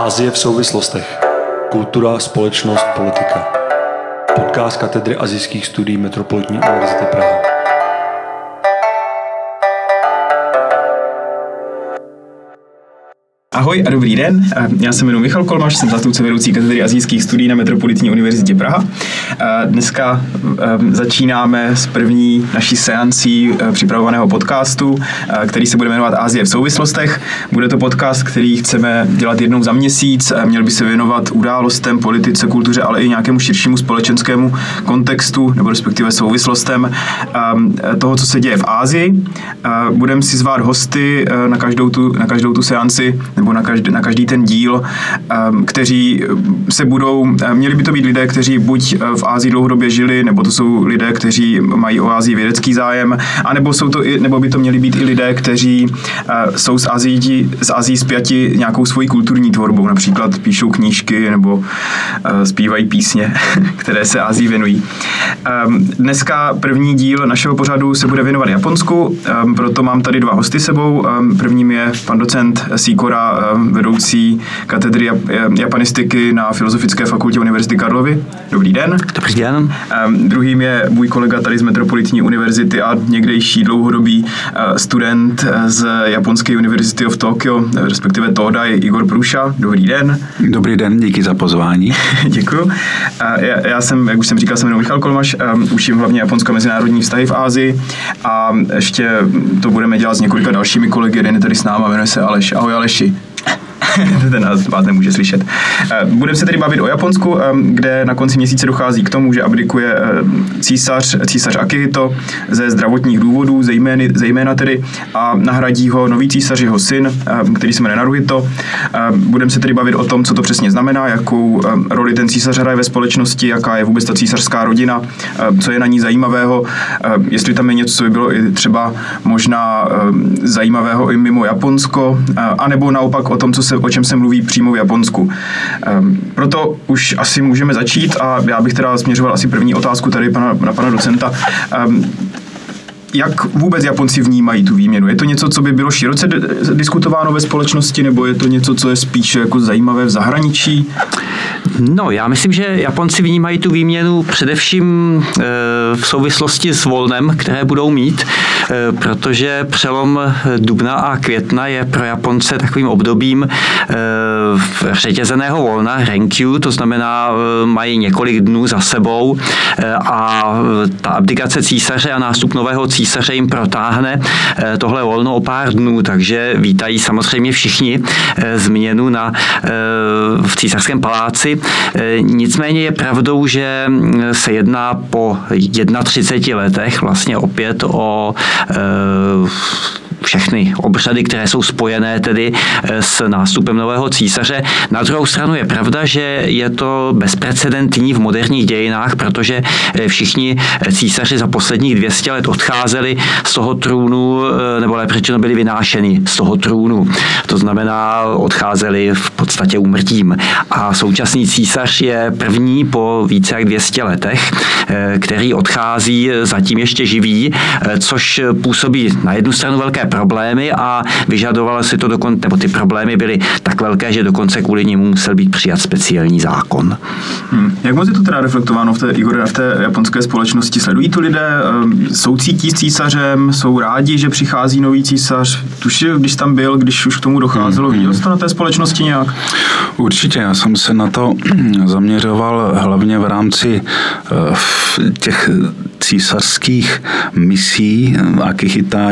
Asie v souvislostech. Kultura, společnost, politika. Podcast katedry asijských studií Metropolitní univerzity Praha. Ahoj a dobrý den, já se jmenuji Michal Kolmaš, jsem zástupce vedoucí katedry asijských studií na Metropolitní univerzitě Praha. Dneska začínáme s první naší seancí připravovaného podcastu, který se bude jmenovat Asie v souvislostech. Bude to podcast, který chceme dělat jednou za měsíc, měl by se věnovat událostem, politice, kultuře, ale i nějakému širšímu společenskému kontextu, nebo respektive souvislostem toho, co se děje v Asii. Budeme si zvát hosty na každou tu seanci, nebo na každý ten díl, kteří se měli by to být lidé, kteří buď v Asii dlouhodobě žili, nebo to jsou lidé, kteří mají o Asii vědecký zájem, nebo by to měli být i lidé, kteří jsou z Asii spjati nějakou svojí kulturní tvorbou, například píšou knížky nebo zpívají písně, které se Asii věnují. Dneska první díl našeho pořadu se bude věnovat Japonsku, proto mám tady dva hosty sebou. Prvním je pan docent Sikora, vedoucí katedry japanistiky na Filozofické fakultě Univerzity Karlovy. Dobrý den. Dobrý den. Druhým je můj kolega tady z Metropolitní univerzity a někdejší dlouhodobý student z Japonské University of Tokyo, respektive TODA, je Igor Průša. Dobrý den. Dobrý den, díky za pozvání. Děkuji. Já jsem, jak už jsem říkal, se jmenuji Michal Kolmaš, učím hlavně japonsko mezinárodní vztahy v Asii a ještě to budeme dělat s několika dalšími kolegy. Jeden je tady s náma, jmenuje se Aleš. Ahoj Aleši. Ten vás nemůže slyšet. Budeme se tedy bavit o Japonsku, kde na konci měsíce dochází k tomu, že abdikuje císař Akihito ze zdravotních důvodů, zejména tedy, a nahradí ho nový císař, jeho syn, který se jmenuje Naruhito. Budeme se tedy bavit o tom, co to přesně znamená, jakou roli ten císař hraje ve společnosti, jaká je vůbec ta císařská rodina, co je na ní zajímavého, jestli tam je něco, co by bylo i třeba možná zajímavého i mimo Japonsko, anebo naopak o tom, o čem se mluví přímo v Japonsku. Proto už asi můžeme začít a já bych teda směřoval asi první otázku tady na pana docenta. Jak vůbec Japonci vnímají tu výměnu? Je to něco, co by bylo široce diskutováno ve společnosti, nebo je to něco, co je spíše jako zajímavé v zahraničí? No, já myslím, že Japonci vnímají tu výměnu především v souvislosti s volnem, které budou mít, protože přelom dubna a května je pro Japonce takovým obdobím řetězeného volna, renkyu, to znamená, mají několik dnů za sebou a ta abdikace císaře a nástup nového císaře jim protáhne tohle volno o pár dnů, takže vítají samozřejmě všichni změnu v císařském paláci. Nicméně je pravdou, že se jedná po 31 letech vlastně opět o všechny obřady, které jsou spojené tedy s nástupem nového císaře. Na druhou stranu je pravda, že je to bezprecedentní v moderních dějinách, protože všichni císaři za posledních 200 let odcházeli z toho trůnu, nebo lépe řečeno byli vynášeni z toho trůnu. To znamená, odcházeli v podstatě úmrtím. A současný císař je první po více jak 200 letech, který odchází zatím ještě živý, což působí na jednu stranu velké problémy a vyžadovalo si to dokonce, nebo ty problémy byly tak velké, že dokonce kvůli němu musel být přijat speciální zákon. Jak moc je to teda reflektováno v té japonské společnosti? Sledují to lidé? Soucítí s císařem? Jsou rádi, že přichází nový císař? Tušil, když tam byl, když už k tomu docházelo, viděl jsi to na té společnosti nějak? Určitě, já jsem se na to zaměřoval hlavně v rámci těch císařských misí Akihita,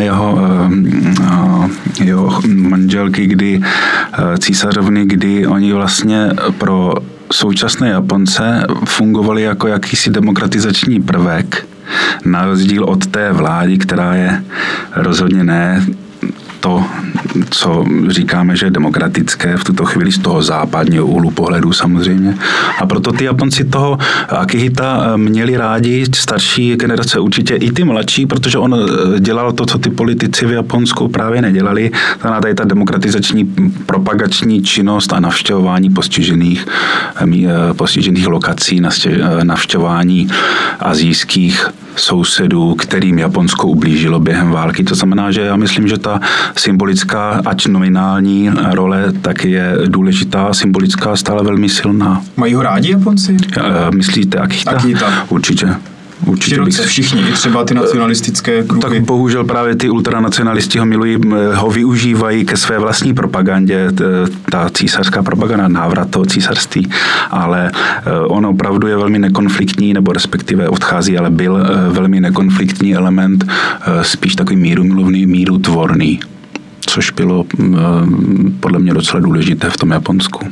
jeho manželky, císařovny, kdy oni vlastně pro současné Japonce fungovali jako jakýsi demokratizační prvek, na rozdíl od té vlády, která je rozhodně ne to, co říkáme, že je demokratické v tuto chvíli z toho západního úhlu pohledu samozřejmě. A proto ty Japonci toho Akihita měli rádi, starší generace určitě i ty mladší, protože on dělal to, co ty politici v Japonsku právě nedělali. Tady ta demokratizační propagační činnost a navštěvování postižených lokací, navštěvování asijských sousedů, kterým Japonsko ublížilo během války. To znamená, že já myslím, že ta symbolická japonská, ač nominální role, tak je důležitá, symbolická, stále velmi silná. Mají ho rádi Japonci? Myslíte Akihita? Určitě. Určitě všichni, i třeba ty nacionalistické kruhy. Tak bohužel právě ty ultranacionalisti ho milují, ho využívají ke své vlastní propagandě, ta císařská propaganda, návrat toho císařství, ale on opravdu je velmi nekonfliktní, nebo respektive odchází, ale byl velmi nekonfliktní element, spíš takový mírumilovný, mírutvorný, což bylo podle mě docela důležité v tom Japonsku.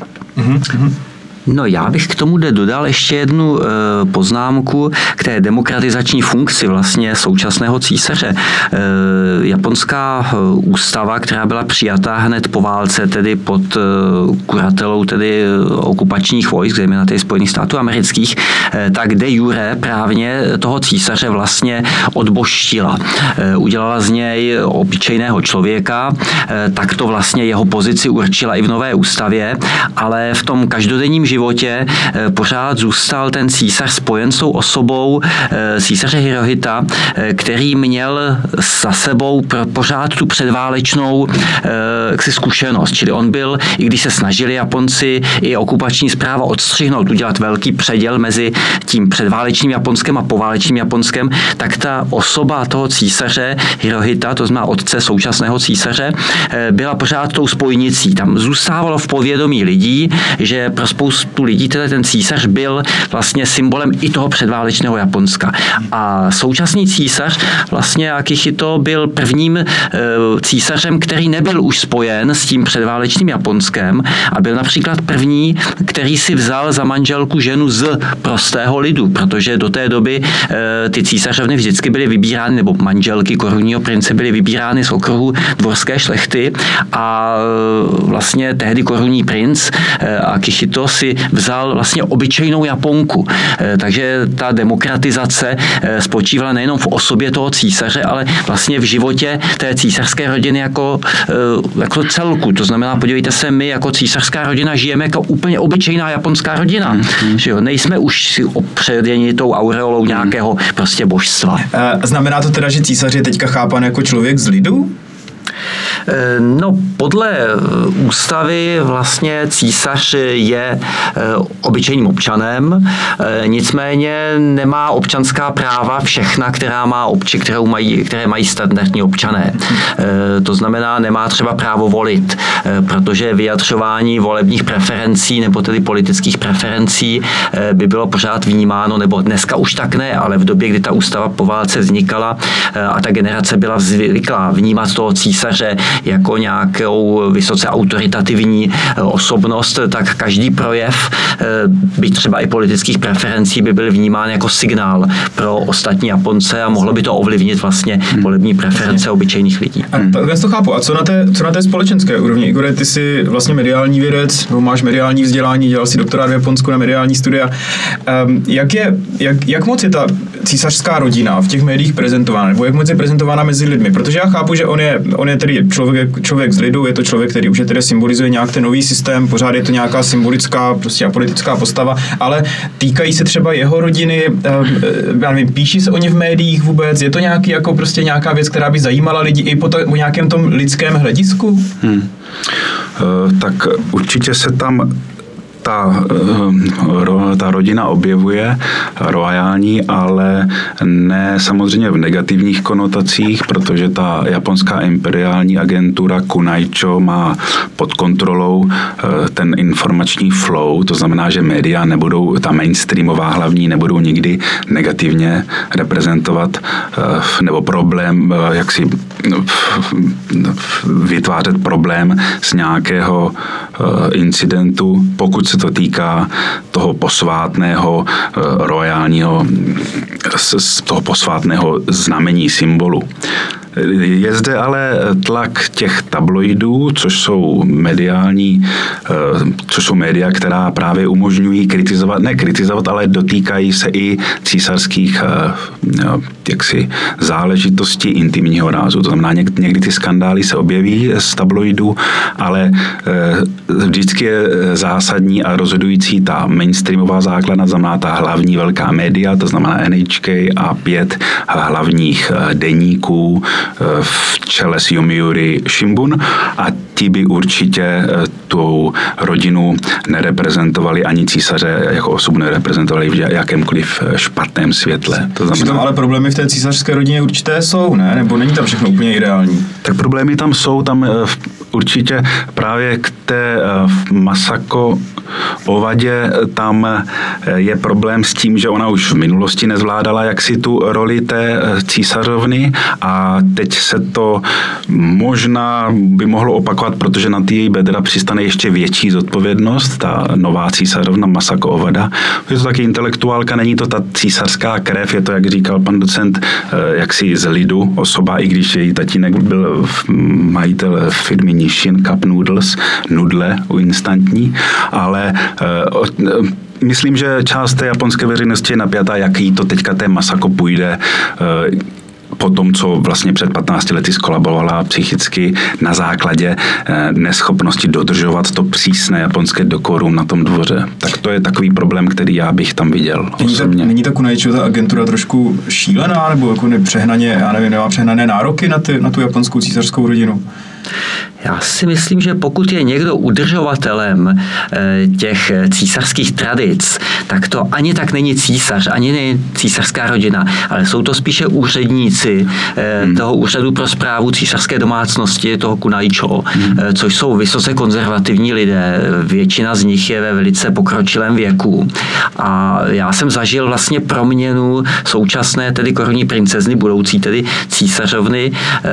No já bych k tomu dodal ještě jednu poznámku k té demokratizační funkci vlastně současného císaře. Japonská ústava, která byla přijatá hned po válce, tedy pod kuratelou tedy okupačních vojsk, zejména těch Spojených států amerických, tak de jure právně toho císaře vlastně odbožtila. Udělala z něj obyčejného člověka, tak to vlastně jeho pozici určila i v nové ústavě, ale v tom každodenním životě pořád zůstal ten císař spojen s tou osobou císaře Hirohita, který měl za sebou pořád tu předválečnou zkušenost. Čili on byl, i když se snažili Japonci i okupační správa odstřihnout, udělat velký předěl mezi tím předválečným Japonskem a poválečným Japonskem, tak ta osoba toho císaře Hirohita, to znamená otce současného císaře, byla pořád tou spojnicí. Tam zůstávalo v povědomí lidí, že pro spoustu lidí ten císař byl vlastně symbolem i toho předválečného Japonska. A současný císař vlastně Akihito byl prvním císařem, který nebyl už spojen s tím předválečným Japonskem a byl například první, který si vzal za manželku ženu z prostého lidu, protože do té doby ty císařovny vždycky byly vybírány, nebo manželky korunního prince byly vybírány z okruhu dvorské šlechty a vlastně tehdy korunní princ Akihito si vzal vlastně obyčejnou Japonku. Takže ta demokratizace spočívala nejenom v osobě toho císaře, ale vlastně v životě té císařské rodiny jako celku. To znamená, podívejte se, my jako císařská rodina žijeme jako úplně obyčejná japonská rodina. Že jo? Nejsme už opředěni tou aureolou nějakého prostě božstva. Znamená to teda, že císař je teďka chápan jako člověk z lidu? No, podle ústavy vlastně císař je obyčejným občanem, nicméně nemá občanská práva všechna, které mají standardní občané. To znamená, nemá třeba právo volit, protože vyjadřování volebních preferencí nebo tedy politických preferencí by bylo pořád vnímáno, nebo dneska už tak ne, ale v době, kdy ta ústava po válce vznikala a ta generace byla zvyklá vnímat toho císaře jako nějakou vysoce autoritativní osobnost, tak každý projev, byť třeba i politických preferencí, by byl vnímán jako signál pro ostatní Japonce a mohlo by to ovlivnit vlastně volební preference obyčejných lidí. Já to chápu. A co na té společenské úrovni? Igore, ty jsi vlastně mediální vědec, nebo máš mediální vzdělání, dělal si doktorát v Japonsku na mediální studia. Jak moc je ta císařská rodina v těch médiích prezentována, nebo jak moc je prezentována mezi lidmi? Protože já chápu, že on je tedy člověk z lidu, je to člověk, který už je tedy symbolizuje nějak ten nový systém, pořád je to nějaká symbolická prostě politická postava, ale týkají se třeba jeho rodiny, já nevím, píší se o ně v médiích vůbec, je to nějaký jako prostě nějaká věc, která by zajímala lidi i po nějakém tom lidském hledisku? Tak určitě se tam ta rodina objevuje, royální, ale ne samozřejmě v negativních konotacích, protože ta japonská imperiální agentura Kunaicho má pod kontrolou ten informační flow, to znamená, že média nebudou, ta mainstreamová hlavní, nebudou nikdy negativně reprezentovat nebo problém, jak si vytvářet problém z nějakého incidentu, pokud se to týká toho posvátného royálního, toho posvátného znamení symbolu. Je zde ale tlak těch tabloidů, což jsou média, která právě umožňují kritizovat, ale dotýkají se i císařských jaksi záležitosti intimního rázu. To znamená, někdy ty skandály se objeví z tabloidů, ale vždycky je zásadní a rozhodující ta mainstreamová základna, znamená ta hlavní velká média, to znamená NHK a 5 hlavních deníků v čele s Yomiuri Shimbun, a ti by určitě tu rodinu nereprezentovali, ani císaře jako osobu nereprezentovali v jakémkoliv špatném světle. To znamená, přitom ale problémy v té císařské rodině určité jsou, ne? Nebo není tam všechno úplně ideální? Tak problémy tam jsou, tam určitě právě k té Masako Ovadě tam je problém s tím, že ona už v minulosti nezvládala jaksi tu roli té císařovny a teď se to možná by mohlo opakovat, protože na ty její bedra přistane ještě větší zodpovědnost, ta nová císařovna Masako Ovada. Je to taky intelektuálka, není to ta císařská krev, je to, jak říkal pan docent, jaksi z lidu osoba, i když její tatínek byl majitel firmy Nissin Cup Noodles, nudle instantní, ale myslím, že část té japonské veřejnosti je napjatá, jaký to teďka té Masako půjde po tom, co vlastně před 15 lety skolabovala psychicky na základě neschopnosti dodržovat to přísné japonské dekorum na tom dvoře. Tak to je takový problém, který já bych tam viděl osobně. Není ta Kunaichiho ta agentura trošku šílená, nebo jako nepřehnaně, já nevím, nemá přehnané nároky na tu japonskou císařskou rodinu? Já si myslím, že pokud je někdo udržovatelem těch císařských tradic, tak to ani tak není císař, ani není císařská rodina, ale jsou to spíše úředníci toho úřadu pro správu císařské domácnosti, toho Kunaicho, což jsou vysoce konzervativní lidé. Většina z nich je ve velice pokročilém věku. A já jsem zažil vlastně proměnu současné tedy korunní princezny, budoucí tedy císařovny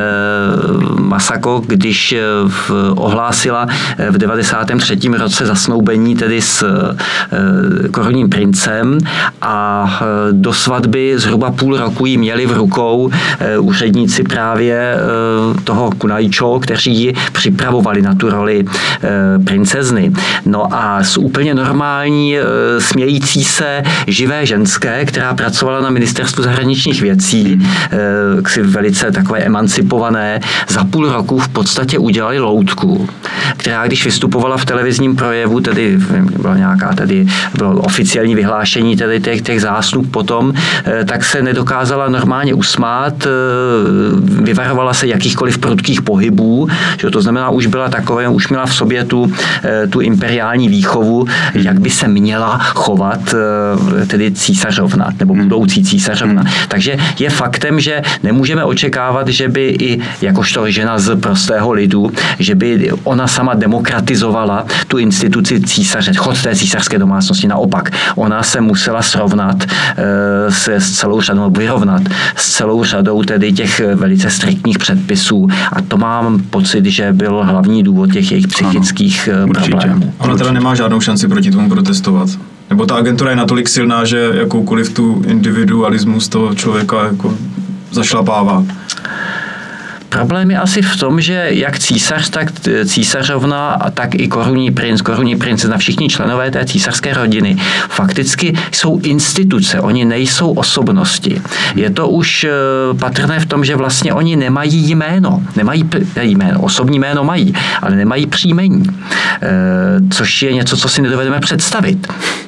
Masako, když ohlásila v 93. roce zasnoubení tedy s korunním princem a do svatby zhruba půl roku jí měli v rukou úředníci právě toho Kunaicho, kteří ji připravovali na tu roli princezny. No a s úplně normální smějící se živé ženské, která pracovala na ministerstvu zahraničních věcí, velice takové emancipované, za půl roku v podstatě udělali loutku, která když vystupovala v televizním projevu, tedy bylo oficiální vyhlášení tedy těch zásnub potom, tak se nedokázala normálně usmát, vyvarovala se jakýchkoliv prudkých pohybů, že to znamená, už byla takové, už měla v sobě tu imperiální výchovu, jak by se měla chovat tedy císařovna, nebo budoucí císařovna. Takže je faktem, že nemůžeme očekávat, že by i jakožto žena z prostého lidu, že by ona sama demokratizovala tu instituci císaře, chod té císařské domácnosti. Naopak, ona se musela srovnat s celou řadou, vyrovnat s celou řadou tedy těch velice striktních předpisů. A to mám pocit, že byl hlavní důvod těch jejich psychických problémů. Ona teda nemá žádnou šanci proti tomu protestovat. Nebo ta agentura je natolik silná, že jakoukoliv tu individualismus toho člověka jako zašlapává. Problém je asi v tom, že jak císař, tak císařovna, tak i korunní princezna, všichni členové té císařské rodiny fakticky jsou instituce, oni nejsou osobnosti. Je to už patrné v tom, že vlastně oni nemají jméno, osobní jméno mají, ale nemají příjmení, což je něco, co si nedovedeme představit.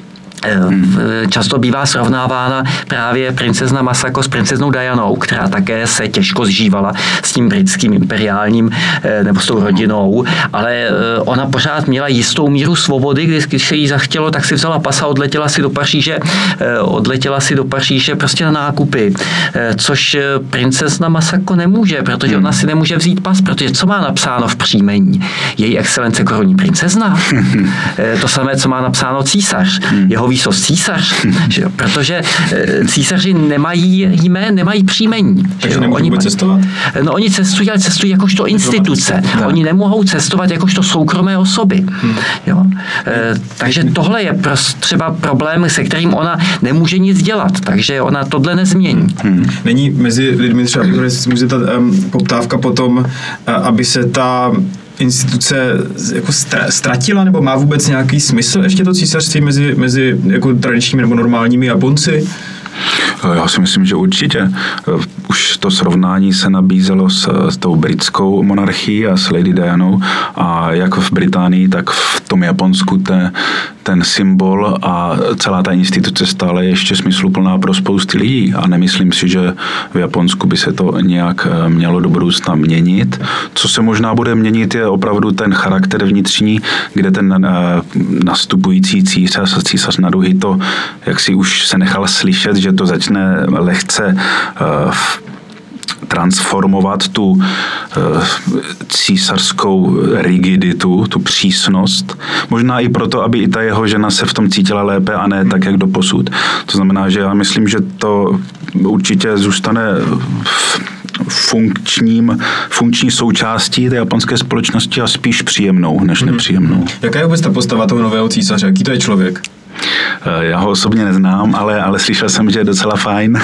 Často bývá srovnávána právě princezna Masako s princeznou Dianou, která také se těžko zžívala s tím britským imperiálním nebo s tou rodinou, ale ona pořád měla jistou míru svobody, když se jí zachtělo, tak si vzala pas a odletěla si do Paříže prostě na nákupy, což princezna Masako nemůže, protože ona si nemůže vzít pas, protože co má napsáno v příjmení? Její excelence korunní princezna? To samé, co má napsáno císař. Jeho výsost císař, že? Protože císaři nemají jméno, nemají příjmení. Takže nemůžou vůbec cestovat? No oni cestují, ale cestují jakožto instituce. Oni nemohou cestovat jakožto soukromé osoby. Jo? Takže tohle je třeba problém, se kterým ona nemůže nic dělat, takže ona tohle nezmění. Není mezi lidmi třeba může ta poptávka potom, aby se ta instituce jako ztratila, nebo má vůbec nějaký smysl ještě to císařství mezi jako tradičními nebo normálními Japonci? Já si myslím, že určitě. Už to srovnání se nabízelo s tou britskou monarchií a s Lady Dianou a jak v Británii, tak v tom Japonsku ten symbol a celá ta instituce stále ještě smysluplná pro spousty lidí a nemyslím si, že v Japonsku by se to nějak mělo do budoucna měnit. Co se možná bude měnit, je opravdu ten charakter vnitřní, kde ten nastupující císař Naruhito, jak si už se nechal slyšet, že to začne lehce transformovat tu císařskou rigiditu, tu přísnost. Možná i proto, aby i ta jeho žena se v tom cítila lépe a ne tak, jak doposud. To znamená, že já myslím, že to určitě zůstane funkční součástí té japonské společnosti a spíš příjemnou, než nepříjemnou. Jaká je vůbec ta postava toho nového císaře? Jaký to je člověk? Já ho osobně neznám, ale slyšel jsem, že je docela fajn.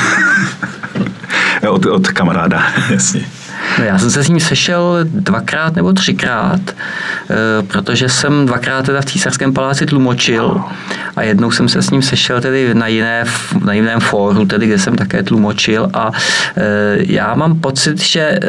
Od kamaráda. Jasně. No, já jsem se s ním sešel 2krát nebo 3krát, protože jsem 2krát teda v Císařském paláci tlumočil a jednou jsem se s ním sešel tedy na jiném fóru, tedy kde jsem také tlumočil a já mám pocit, že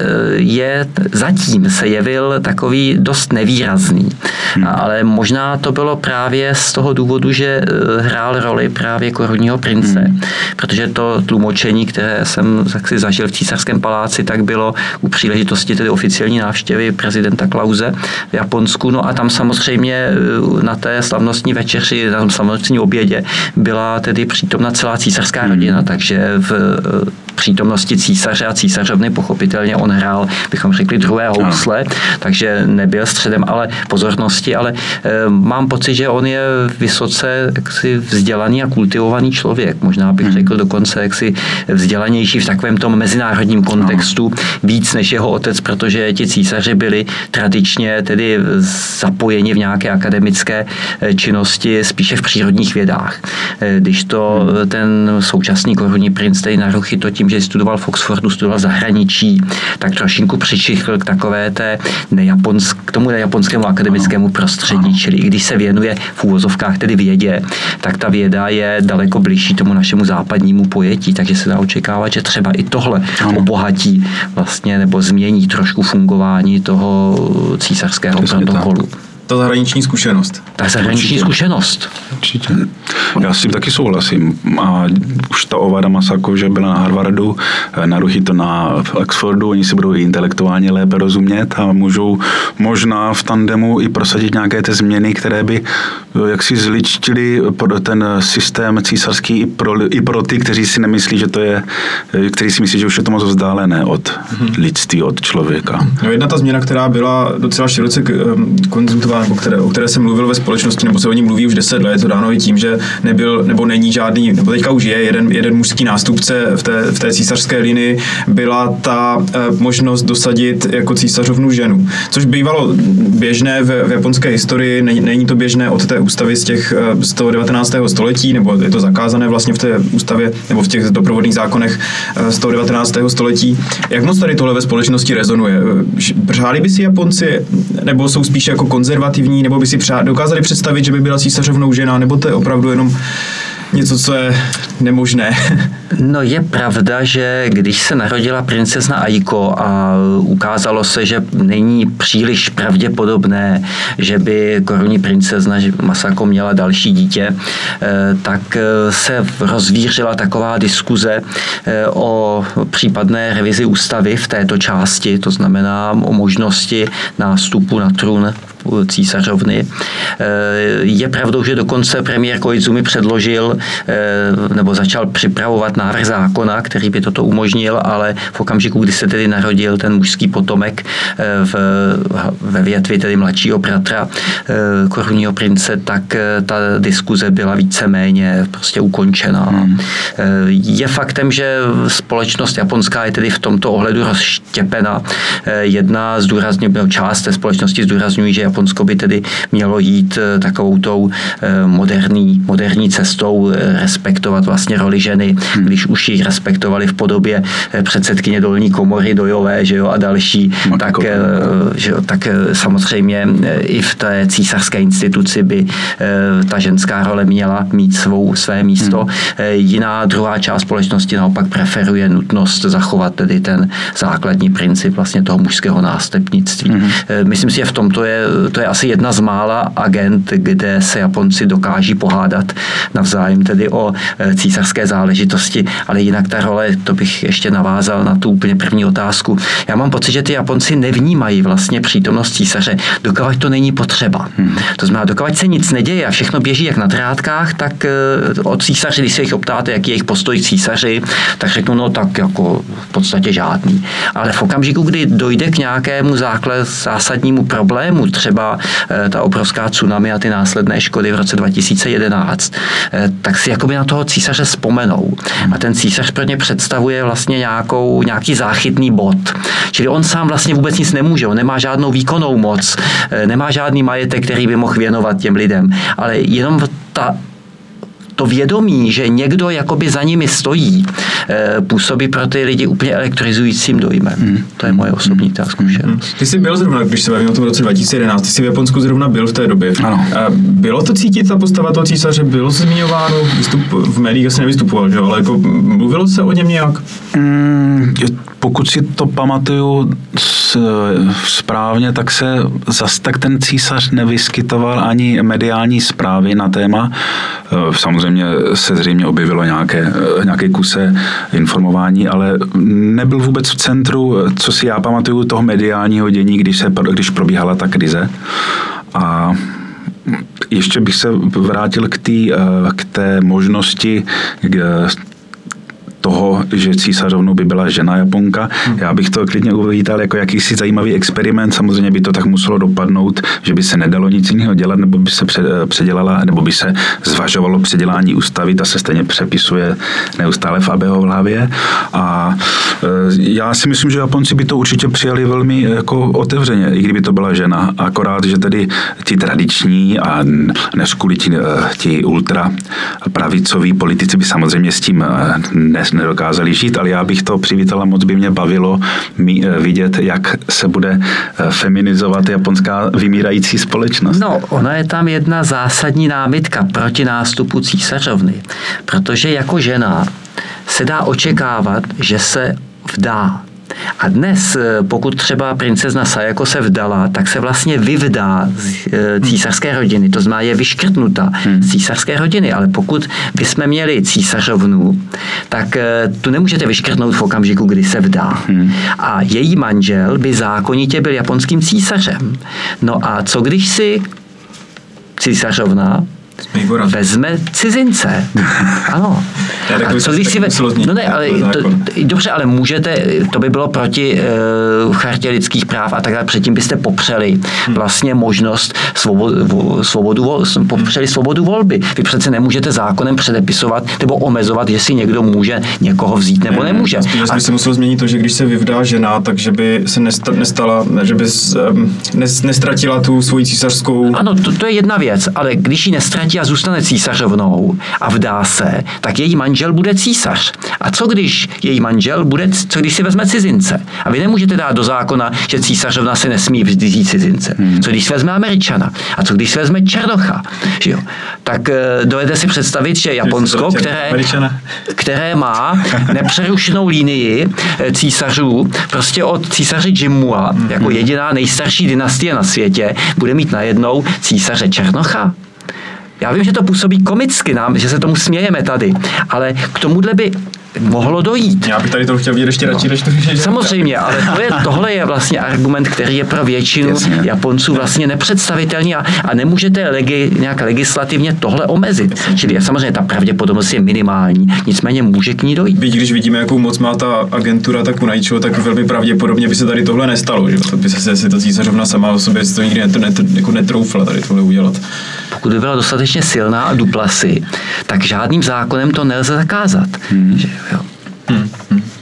zatím se jevil takový dost nevýrazný, ale možná to bylo právě z toho důvodu, že hrál roli právě korunního prince, protože to tlumočení, které jsem zažil v Císařském paláci, tak bylo u příležitosti tedy oficiální návštěvy prezidenta Klause v Japonsku. No a tam samozřejmě na té slavnostní večeři, na tom slavnostní obědě byla tedy přítomna celá císařská rodina, takže v přítomnosti císaře a císařovny pochopitelně on hrál, bychom řekli, druhé housle, takže nebyl středem pozornosti, ale mám pocit, že on je vysoce jaksi vzdělaný a kultivovaný člověk. Možná bych řekl dokonce jaksi vzdělanější v takovém tom mezinárodním kontextu víc než jeho otec, protože ti císaři byli tradičně tedy zapojeni v nějaké akademické činnosti spíše v přírodních vědách. Když to ten současný korunní princ tedy Naruhito tím, že studoval v Oxfordu, studoval v zahraničí, tak trošinku přičichl k takové k tomu nejaponskému akademickému prostředí, čili i když se věnuje v úvozovkách tedy vědě, tak ta věda je daleko bližší tomu našemu západnímu pojetí, takže se dá očekávat, že třeba i tohle obohatí vlastně nebo změní trošku fungování toho císařského protokolu. Ta zahraniční zkušenost. Ta zahraniční zkušenost. Určitě. Já s tím taky souhlasím. A už ta Ovada Masako, že byla na Harvardu, Naruhito na Oxfordu, oni si budou i intelektuálně lépe rozumět a můžou možná v tandemu i prosadit nějaké ty změny, které by jaksi zličtily ten systém císařský i pro ty, kteří si nemyslí, že to je, kteří si myslí, že už je to moc vzdálené od lidství, od člověka. No, jedna ta změna, která byla docela široce konzultována, o které se mluvil ve společnosti, nebo se o ní mluví už 10 let, to dáno i tím, že nebyl, nebo není žádný, nebo teďka už je jeden mužský nástupce v té císařské linii, byla ta možnost dosadit jako císařovnu ženu. Což bývalo běžné v japonské historii, není to běžné od té ústavy z toho 19. století, nebo je to zakázané vlastně v té ústavě, nebo v těch doprovodných zákonech z toho 19. století. Jak moc tady tohle ve společnosti rezonuje? Přáli by si Japonci, nebo jsou spíše jako konzervativní, nebo by si dokázali představit, že by byla císařovnou žena, nebo to je opravdu jenom něco, co je nemožné? No je pravda, že když se narodila princezna Aiko a ukázalo se, že není příliš pravděpodobné, že by korunní princezna Masako měla další dítě, tak se rozvířila taková diskuze o případné revizi ústavy v této části, to znamená o možnosti nástupu na trůn císařovny. Je pravdou, že dokonce premiér Koizumi předložil nebo začal připravovat návrh zákona, který by toto umožnil, ale v okamžiku, kdy se tedy narodil ten mužský potomek ve větvi tedy mladšího bratra korunního prince, tak ta diskuze byla víceméně prostě ukončená. Je faktem, že společnost japonská je tedy v tomto ohledu rozštěpena. Část té společnosti zdůrazňují, že Japonsko by tedy mělo jít takovou tou moderní cestou, respektovat vlastně roli ženy, když už ji respektovali v podobě předsedkyně dolní komory Dojové, že jo, a další, tak samozřejmě i v té císařské instituci by ta ženská role měla mít své místo. Jiná druhá část společnosti naopak preferuje nutnost zachovat tedy ten základní princip vlastně toho mužského nástupnictví. Myslím si, že v tom to je asi jedna z mála agend, kde se Japonci dokáží pohádat navzájem tedy o císařské záležitosti, ale jinak ta role, to bych ještě navázal na tu úplně první otázku. Já mám pocit, že ty Japonci nevnímají vlastně přítomnost císaře, dokud to není potřeba. To znamená, dokud se nic neděje a všechno běží jak na drátkách, tak od císaře, když se jich optáte, jaký je jejich postoj k císaři, tak řeknu, no tak jako v podstatě žádný. Ale v okamžiku, kdy dojde k nějakému zásadnímu problému, třeba ta obrovská tsunami a ty následné škody v roce 2011, tak si jakoby na toho císaře vzpomenou. A ten císař pro ně představuje vlastně nějaký záchytný bod. Čili on sám vlastně vůbec nic nemůže, on nemá žádnou výkonnou moc, nemá žádný majetek, který by mohl věnovat těm lidem, ale jenom to vědomí, že někdo jakoby za nimi stojí, působí pro ty lidi úplně elektrizujícím dojmem. To je moje osobní zkušenost. Ty jsi byl zrovna, když se bavíme o tom roce 2011, ty jsi v Japonsku zrovna byl v té době. Ano. Bylo to cítit, ta postava toho císaře, bylo se zmiňováno, v médiích asi nevystupoval, že? Ale jako mluvilo se o něm nějak? Pokud si to pamatuju správně, tak se tak ten císař nevyskytoval ani mediální zprávy na téma. Samozřejmě se zřejmě objevilo nějaké kuse informování, ale nebyl vůbec v centru, co si já pamatuju, toho mediálního dění, když probíhala ta krize. A ještě bych se vrátil k té možnosti toho, že císařovnou by byla žena Japonka. Já bych to klidně uvítal jako jakýsi zajímavý experiment. Samozřejmě by to tak muselo dopadnout, že by se nedalo nic jiného dělat, nebo by se předělala, nebo by se zvažovalo předělání ústavy, ta se stejně přepisuje neustále v Abeho hlavě. A já si myslím, že Japonci by to určitě přijali velmi jako otevřeně, i kdyby to byla žena. Akorát, že tedy ti tradiční a než kvůli ti ultra pravicoví politici by samozřejmě s tím nedokázali žít, ale já bych to přivítal a moc by mě bavilo vidět, jak se bude feminizovat japonská vymírající společnost. No, ona je tam jedna zásadní námitka proti nástupu císařovny, protože jako žena se dá očekávat, že se vdá. A dnes, pokud třeba princezna Sayako se vdala, tak se vlastně vyvdá z císařské rodiny, to znamená je vyškrtnuta z císařské rodiny, ale pokud bychom měli císařovnu, tak tu nemůžete vyškrtnout v okamžiku, kdy se vdá. A její manžel by zákonitě byl japonským císařem. No a co když si císařovna vezme cizince. Ano. A co když si no ne, ale dobře, ale můžete, to by bylo proti chartě lidských práv a takhle, předtím byste popřeli vlastně možnost popřeli svobodu volby. Vy přece nemůžete zákonem předepisovat nebo omezovat, že si někdo může někoho vzít nebo nemůže. Spíš by se muselo změnit to, že když se vyvdá žena, takže by se nestala, že by nestratila tu svoji císařskou... Ano, to je jedna věc, ale když ji nestratí a zůstane císařovnou a vdá se, tak její manžel bude císař. A co když její manžel co když si vezme cizince? A vy nemůžete dát do zákona, že císařovna se nesmí vzít cizince. Co když si vezme Američana? A co když si vezme Černocha? Že jo? Tak dovedete si představit, že Japonsko, které má nepřerušenou linii císařů, prostě od císaře Jimua, jako jediná nejstarší dynastie na světě, bude mít najednou císaře Černocha. Já vím, že to působí komicky nám, že se tomu smějeme tady, ale k tomuhle by mohlo dojít. Já bych tady to chtěl vidět ještě radši, než to říct. Samozřejmě, ale tohle je vlastně argument, který je pro většinu Japonců vlastně nepředstavitelný a nemůžete nějak legislativně tohle omezit. Čili samozřejmě ta pravděpodobnost je minimální, nicméně může k ní dojít. Když vidíme, jakou moc má ta agentura tak Kunaičiho, tak velmi pravděpodobně by se tady tohle nestalo, že? To by se ta císařovna sama o sobě to nikdy jako netroufla tady tohle udělat. Pokud by byla dostatečně silná a duplasy, tak žádným zákonem to nelze zakázat.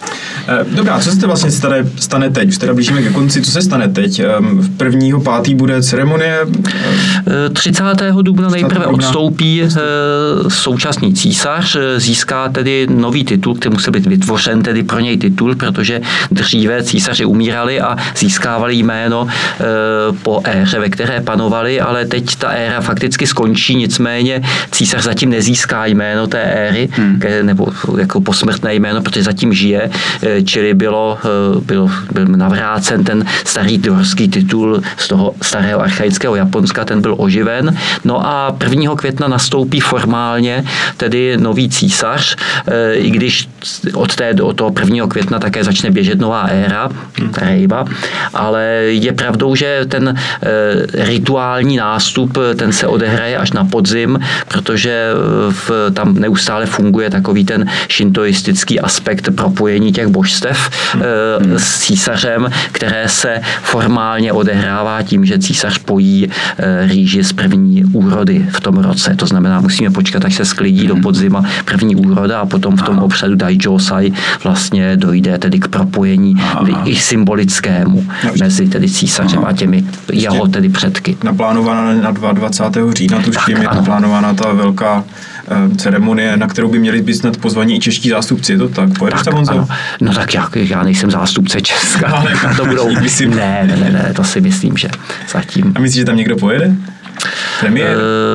Dobrá, co se vlastně stane teď? Už teda blížíme ke konci, co se stane teď? 1.5. bude ceremonie? 30. dubna nejprve odstoupí současný císař, získá tedy nový titul, který musel být vytvořen tedy pro něj titul, protože dříve císaři umírali a získávali jméno po éře, ve které panovali, ale teď ta éra fakticky skončí, nicméně císař zatím nezíská jméno té éry, nebo jako posmrtné jméno, protože zatím žije, čili byl navrácen ten starý dvorský titul z toho starého archaického Japonska, ten byl oživen. No a 1. května nastoupí formálně tedy nový císař, i když od toho 1. května také začne běžet nová éra, Reiba, ale je pravdou, že ten rituální nástup, ten se odehraje až na podzim, protože tam neustále funguje takový ten šintoistický aspekt propojení těch božstev s císařem, které se formálně odehrává tím, že císař pojí rýži z první úrody v tom roce. To znamená, musíme počkat, až se sklidí do podzima první úroda a potom v tom obřadu Daijōsai vlastně dojde tedy k propojení i symbolickému mezi tedy císařem a těmi jeho tedy předky. Naplánovaná na 22. října, tuším, je naplánována ta velká ceremonie, na kterou by měli být snad pozvaní i čeští zástupci, je to tak? Pojedeš tam, Honzo? No tak já nejsem zástupce Česka. To budou... Ne, to si myslím, že zatím... A myslíš, že tam někdo pojede? Premiér?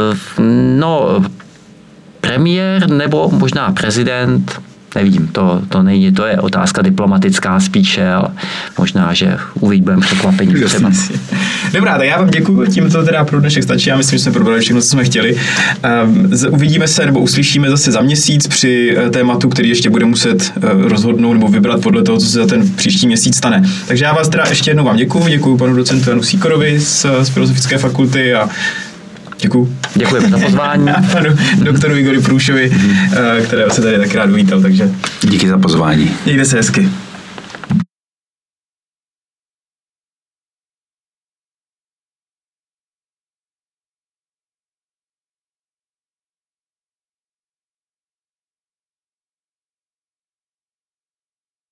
Premiér nebo možná prezident, nevím, to je otázka diplomatická spíše, ale možná, že budeme překvapení třeba. Dobrá, tak já vám děkuji, tímto teda pro dnešek stačí, já myslím, že jsme probrali všechno, co jsme chtěli. Uvidíme se nebo uslyšíme zase za měsíc při tématu, který ještě bude muset rozhodnout nebo vybrat podle toho, co se za ten příští měsíc stane. Takže já vás teda ještě jednou vám děkuji panu docentu Janu Sýkorovi z Filozofické fakulty a děkuju. Děkujeme za pozvání. A panu doktoru Igoru Průšovi, kterého se tady tak rád uvítal, takže... Díky za pozvání. Mějte se hezky.